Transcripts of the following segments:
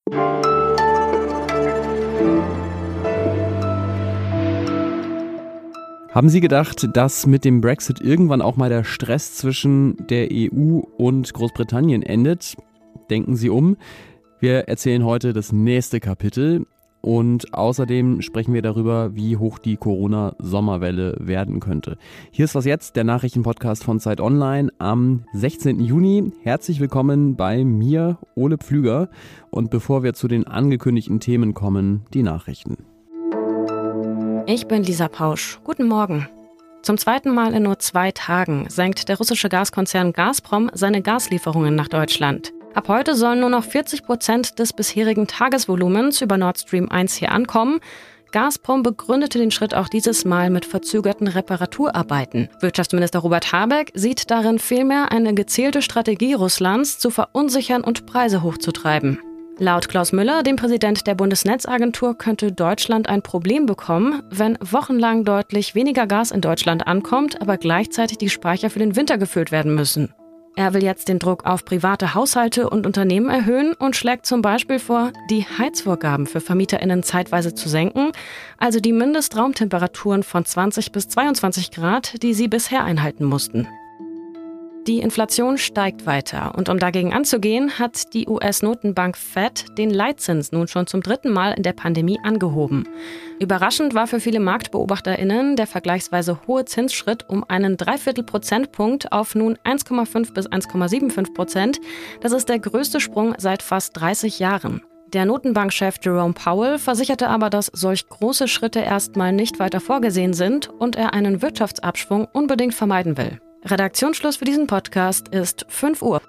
Haben Sie gedacht, dass mit dem Brexit irgendwann auch mal der Stress zwischen der EU und Großbritannien endet? Denken Sie um. Wir erzählen heute das nächste Kapitel und außerdem sprechen wir darüber, wie hoch die Corona-Sommerwelle werden könnte. Hier ist Was jetzt, der Nachrichtenpodcast von Zeit Online am 16. Juni. Herzlich willkommen bei mir, Ole Pflüger. Und bevor wir zu den angekündigten Themen kommen, die Nachrichten. Ich bin Lisa Pausch. Guten Morgen. Zum zweiten Mal in nur 2 Tagen senkt der russische Gaskonzern Gazprom seine Gaslieferungen nach Deutschland. Ab heute sollen nur noch 40% des bisherigen Tagesvolumens über Nord Stream 1 hier ankommen. Gazprom begründete den Schritt auch dieses Mal mit verzögerten Reparaturarbeiten. Wirtschaftsminister Robert Habeck sieht darin vielmehr eine gezielte Strategie Russlands, zu verunsichern und Preise hochzutreiben. Laut Klaus Müller, dem Präsident der Bundesnetzagentur, könnte Deutschland ein Problem bekommen, wenn wochenlang deutlich weniger Gas in Deutschland ankommt, aber gleichzeitig die Speicher für den Winter gefüllt werden müssen. Er will jetzt den Druck auf private Haushalte und Unternehmen erhöhen und schlägt zum Beispiel vor, die Heizvorgaben für VermieterInnen zeitweise zu senken, also die Mindestraumtemperaturen von 20 bis 22 Grad, die sie bisher einhalten mussten. Die Inflation steigt weiter und um dagegen anzugehen, hat die US-Notenbank Fed den Leitzins nun schon zum 3. Mal in der Pandemie angehoben. Überraschend war für viele MarktbeobachterInnen der vergleichsweise hohe Zinsschritt um einen 0,75 Prozentpunkt auf nun 1,5 bis 1,75%. Das ist der größte Sprung seit fast 30 Jahren. Der Notenbankchef Jerome Powell versicherte aber, dass solch große Schritte erstmal nicht weiter vorgesehen sind und er einen Wirtschaftsabschwung unbedingt vermeiden will. Redaktionsschluss für diesen Podcast ist 5 Uhr.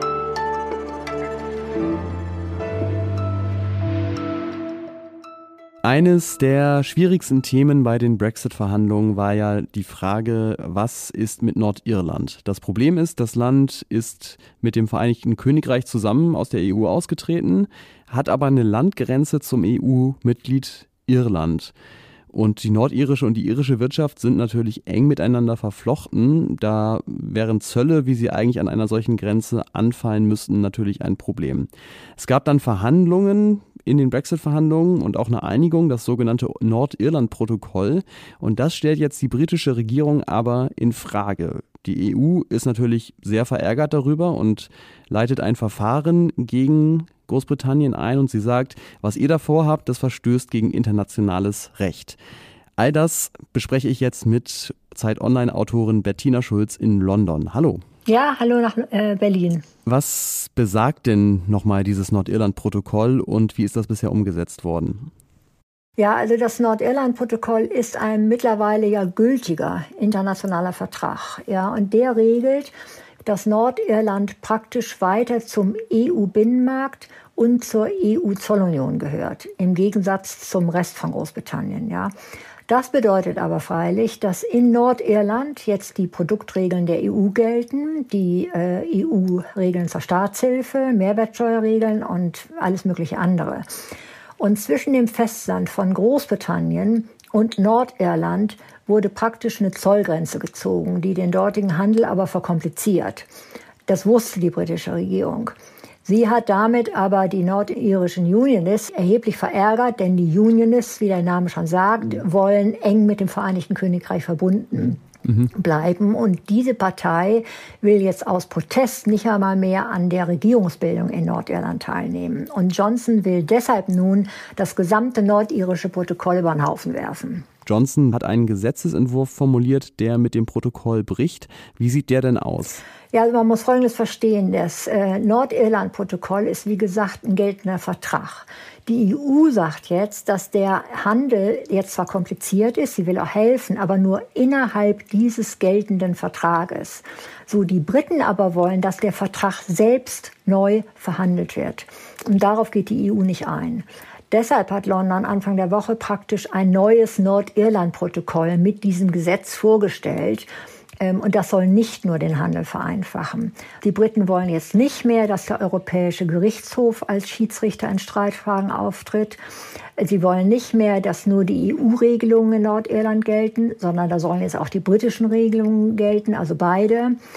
Eines der schwierigsten Themen bei den Brexit-Verhandlungen war ja die Frage, was ist mit Nordirland? Das Problem ist, das Land ist mit dem Vereinigten Königreich zusammen aus der EU ausgetreten, hat aber eine Landgrenze zum EU-Mitglied Irland. Und die nordirische und die irische Wirtschaft sind natürlich eng miteinander verflochten. Da wären Zölle, wie sie eigentlich an einer solchen Grenze anfallen müssten, natürlich ein Problem. Es gab dann Verhandlungen in den Brexit-Verhandlungen und auch eine Einigung, das sogenannte Nordirland-Protokoll. Und das stellt jetzt die britische Regierung aber in Frage. Die EU ist natürlich sehr verärgert darüber und leitet ein Verfahren gegen Großbritannien ein und sie sagt, was ihr da vorhabt, das verstößt gegen internationales Recht. All das bespreche ich jetzt mit Zeit-Online-Autorin Bettina Schulz in London. Hallo. Ja, hallo nach Berlin. Was besagt denn nochmal dieses Nordirland-Protokoll und wie ist das bisher umgesetzt worden? Ja, also das Nordirland-Protokoll ist ein mittlerweile ja gültiger internationaler Vertrag. Ja, und der regelt, dass Nordirland praktisch weiter zum EU-Binnenmarkt und zur EU-Zollunion gehört, im Gegensatz zum Rest von Großbritannien. Ja. Das bedeutet aber freilich, dass in Nordirland jetzt die Produktregeln der EU gelten, die EU-Regeln zur Staatshilfe, Mehrwertsteuerregeln und alles mögliche andere. Und zwischen dem Festland von Großbritannien und Nordirland wurde praktisch eine Zollgrenze gezogen, die den dortigen Handel aber verkompliziert. Das wusste die britische Regierung. Sie hat damit aber die nordirischen Unionists erheblich verärgert, denn die Unionists, wie der Name schon sagt, wollen eng mit dem Vereinigten Königreich verbunden bleiben. Und diese Partei will jetzt aus Protest nicht einmal mehr an der Regierungsbildung in Nordirland teilnehmen. Und Johnson will deshalb nun das gesamte nordirische Protokoll über den Haufen werfen. Johnson hat einen Gesetzesentwurf formuliert, der mit dem Protokoll bricht. Wie sieht der denn aus? Ja, also man muss Folgendes verstehen. Das Nordirland-Protokoll ist, wie gesagt, ein geltender Vertrag. Die EU sagt jetzt, dass der Handel jetzt zwar kompliziert ist, sie will auch helfen, aber nur innerhalb dieses geltenden Vertrages. So, die Briten aber wollen, dass der Vertrag selbst neu verhandelt wird. Und darauf geht die EU nicht ein. Deshalb hat London Anfang der Woche praktisch ein neues Nordirland-Protokoll mit diesem Gesetz vorgestellt. Und das soll nicht nur den Handel vereinfachen. Die Briten wollen jetzt nicht mehr, dass der Europäische Gerichtshof als Schiedsrichter in Streitfragen auftritt. Sie wollen nicht mehr, dass nur die EU-Regelungen in Nordirland gelten, sondern da sollen jetzt auch die britischen Regelungen gelten, also beide.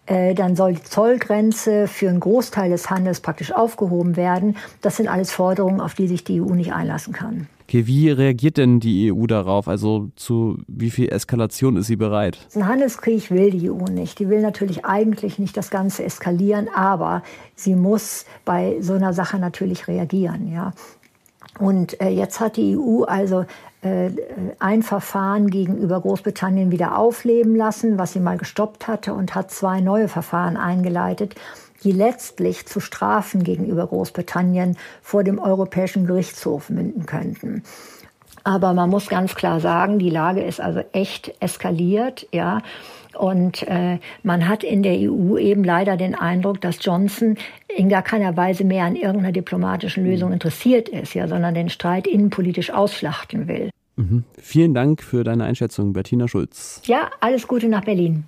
Dann soll die Zollgrenze für einen Großteil des Handels praktisch aufgehoben werden. Das sind alles Forderungen, auf die sich die EU nicht einlassen kann. Okay, wie reagiert denn die EU darauf? Also zu wie viel Eskalation ist sie bereit? Ein Handelskrieg will die EU nicht. Die will natürlich eigentlich nicht das Ganze eskalieren, aber sie muss bei so einer Sache natürlich reagieren. Ja. Und jetzt hat die EU also ein Verfahren gegenüber Großbritannien wieder aufleben lassen, was sie mal gestoppt hatte, und hat 2 neue Verfahren eingeleitet, die letztlich zu Strafen gegenüber Großbritannien vor dem Europäischen Gerichtshof münden könnten. Aber man muss ganz klar sagen, die Lage ist also echt eskaliert, ja. Und man hat in der EU eben leider den Eindruck, dass Johnson in gar keiner Weise mehr an irgendeiner diplomatischen Lösung interessiert ist, ja, sondern den Streit innenpolitisch ausschlachten will. Mhm. Vielen Dank für deine Einschätzung, Bettina Schulz. Ja, alles Gute nach Berlin.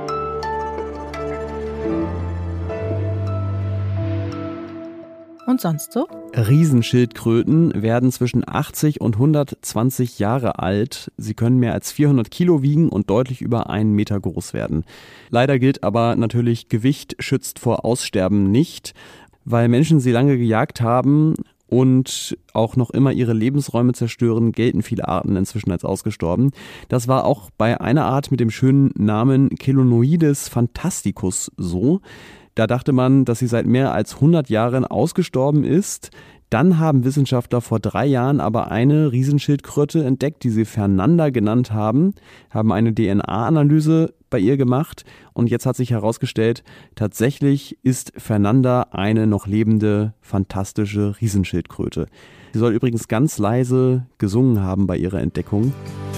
Und sonst so? Riesenschildkröten werden zwischen 80 und 120 Jahre alt. Sie können mehr als 400 Kilo wiegen und deutlich über 1 Meter groß werden. Leider gilt aber natürlich, Gewicht schützt vor Aussterben nicht, weil Menschen sie lange gejagt haben und auch noch immer ihre Lebensräume zerstören, gelten viele Arten inzwischen als ausgestorben. Das war auch bei einer Art mit dem schönen Namen Chelonoidis fantasticus so. Da dachte man, dass sie seit mehr als 100 Jahren ausgestorben ist. Dann haben Wissenschaftler vor 3 Jahren aber eine Riesenschildkröte entdeckt, die sie Fernanda genannt haben eine DNA-Analyse bei ihr gemacht und jetzt hat sich herausgestellt, tatsächlich ist Fernanda eine noch lebende, fantastische Riesenschildkröte. Sie soll übrigens ganz leise gesungen haben bei ihrer Entdeckung.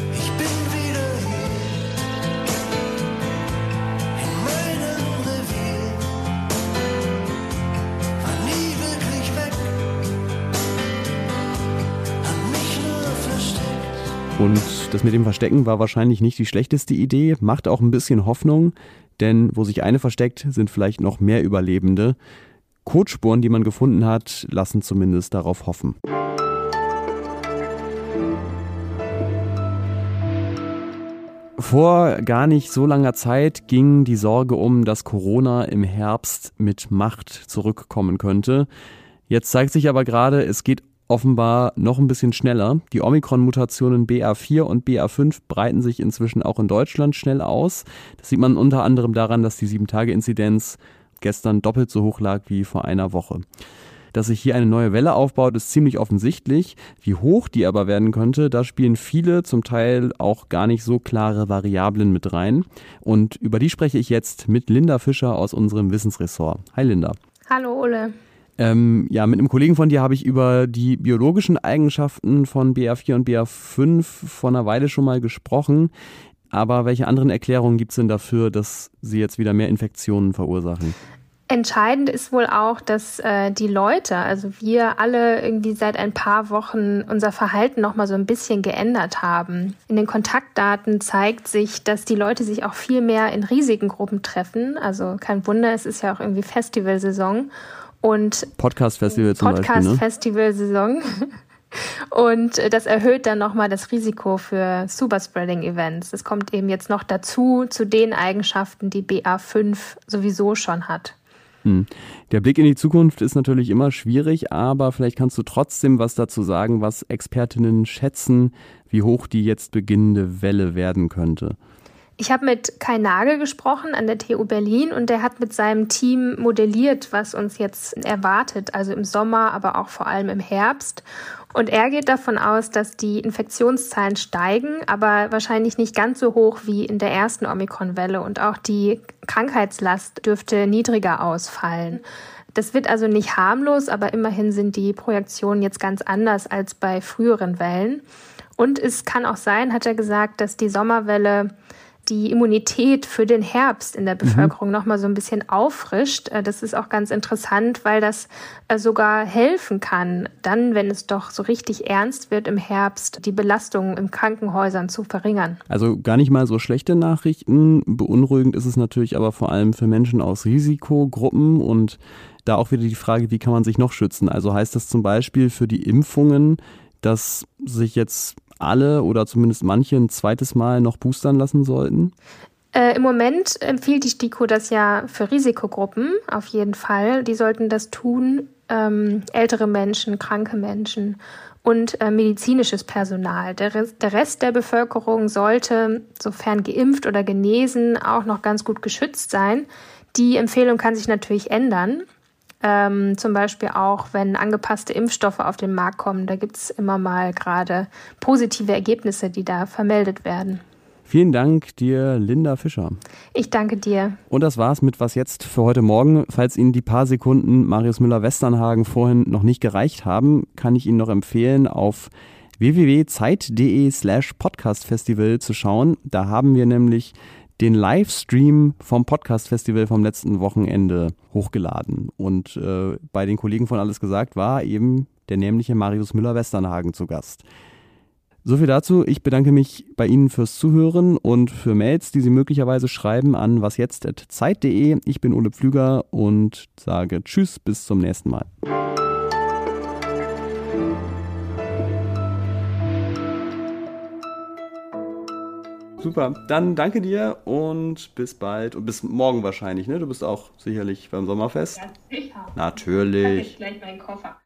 Und das mit dem Verstecken war wahrscheinlich nicht die schlechteste Idee, macht auch ein bisschen Hoffnung, denn wo sich eine versteckt, sind vielleicht noch mehr Überlebende. Kotspuren, die man gefunden hat, lassen zumindest darauf hoffen. Vor gar nicht so langer Zeit ging die Sorge um, dass Corona im Herbst mit Macht zurückkommen könnte. Jetzt zeigt sich aber gerade, es geht offenbar noch ein bisschen schneller. Die Omikron-Mutationen BA4 und BA5 breiten sich inzwischen auch in Deutschland schnell aus. Das sieht man unter anderem daran, dass die 7-Tage-Inzidenz gestern doppelt so hoch lag wie vor einer Woche. Dass sich hier eine neue Welle aufbaut, ist ziemlich offensichtlich. Wie hoch die aber werden könnte, da spielen viele, zum Teil auch gar nicht so klare Variablen mit rein. Und über die spreche ich jetzt mit Linda Fischer aus unserem Wissensressort. Hi Linda. Hallo Ole. Mit einem Kollegen von dir habe ich über die biologischen Eigenschaften von BA4 und BA5 vor einer Weile schon mal gesprochen. Aber welche anderen Erklärungen gibt es denn dafür, dass sie jetzt wieder mehr Infektionen verursachen? Entscheidend ist wohl auch, dass die Leute, also wir alle irgendwie seit ein paar Wochen unser Verhalten noch mal so ein bisschen geändert haben. In den Kontaktdaten zeigt sich, dass die Leute sich auch viel mehr in riesigen Gruppen treffen. Also kein Wunder, es ist ja auch irgendwie Festivalsaison. Und Podcast-Festival zum Beispiel, ne? Podcast-Festival-Saison. Und das erhöht dann nochmal das Risiko für Superspreading-Events. Das kommt eben jetzt noch dazu, zu den Eigenschaften, die BA5 sowieso schon hat. Der Blick in die Zukunft ist natürlich immer schwierig, aber vielleicht kannst du trotzdem was dazu sagen, was Expertinnen schätzen, wie hoch die jetzt beginnende Welle werden könnte. Ich habe mit Kai Nagel gesprochen an der TU Berlin und der hat mit seinem Team modelliert, was uns jetzt erwartet, also im Sommer, aber auch vor allem im Herbst. Und er geht davon aus, dass die Infektionszahlen steigen, aber wahrscheinlich nicht ganz so hoch wie in der ersten Omikron-Welle und auch die Krankheitslast dürfte niedriger ausfallen. Das wird also nicht harmlos, aber immerhin sind die Projektionen jetzt ganz anders als bei früheren Wellen. Und es kann auch sein, hat er gesagt, dass die Sommerwelle die Immunität für den Herbst in der Bevölkerung noch mal so ein bisschen auffrischt. Das ist auch ganz interessant, weil das sogar helfen kann, dann, wenn es doch so richtig ernst wird im Herbst, die Belastung in Krankenhäusern zu verringern. Also gar nicht mal so schlechte Nachrichten. Beunruhigend ist es natürlich aber vor allem für Menschen aus Risikogruppen und da auch wieder die Frage, wie kann man sich noch schützen? Also heißt das zum Beispiel für die Impfungen, dass sich jetzt alle oder zumindest manche ein zweites Mal noch boostern lassen sollten? Im Moment empfiehlt die STIKO das ja für Risikogruppen auf jeden Fall. Die sollten das tun, ältere Menschen, kranke Menschen und medizinisches Personal. Der Rest der Bevölkerung sollte, sofern geimpft oder genesen, auch noch ganz gut geschützt sein. Die Empfehlung kann sich natürlich ändern. Zum Beispiel auch, wenn angepasste Impfstoffe auf den Markt kommen. Da gibt es immer mal gerade positive Ergebnisse, die da vermeldet werden. Vielen Dank dir, Linda Fischer. Ich danke dir. Und das war's mit Was jetzt für heute Morgen. Falls Ihnen die paar Sekunden Marius Müller-Westernhagen vorhin noch nicht gereicht haben, kann ich Ihnen noch empfehlen, auf www.zeit.de/podcastfestival zu schauen. Da haben wir nämlich den Livestream vom Podcast-Festival vom letzten Wochenende hochgeladen. Und bei den Kollegen von Alles gesagt war eben der nämliche Marius Müller-Westernhagen zu Gast. So viel dazu. Ich bedanke mich bei Ihnen fürs Zuhören und für Mails, die Sie möglicherweise schreiben an wasjetzt@zeit.de. Ich bin Ole Pflüger und sage Tschüss, bis zum nächsten Mal. Super, dann danke dir und bis bald und bis morgen wahrscheinlich, ne? Du bist auch sicherlich beim Sommerfest. Ja, sicher. Natürlich. Ich packe jetzt gleich meinen Koffer.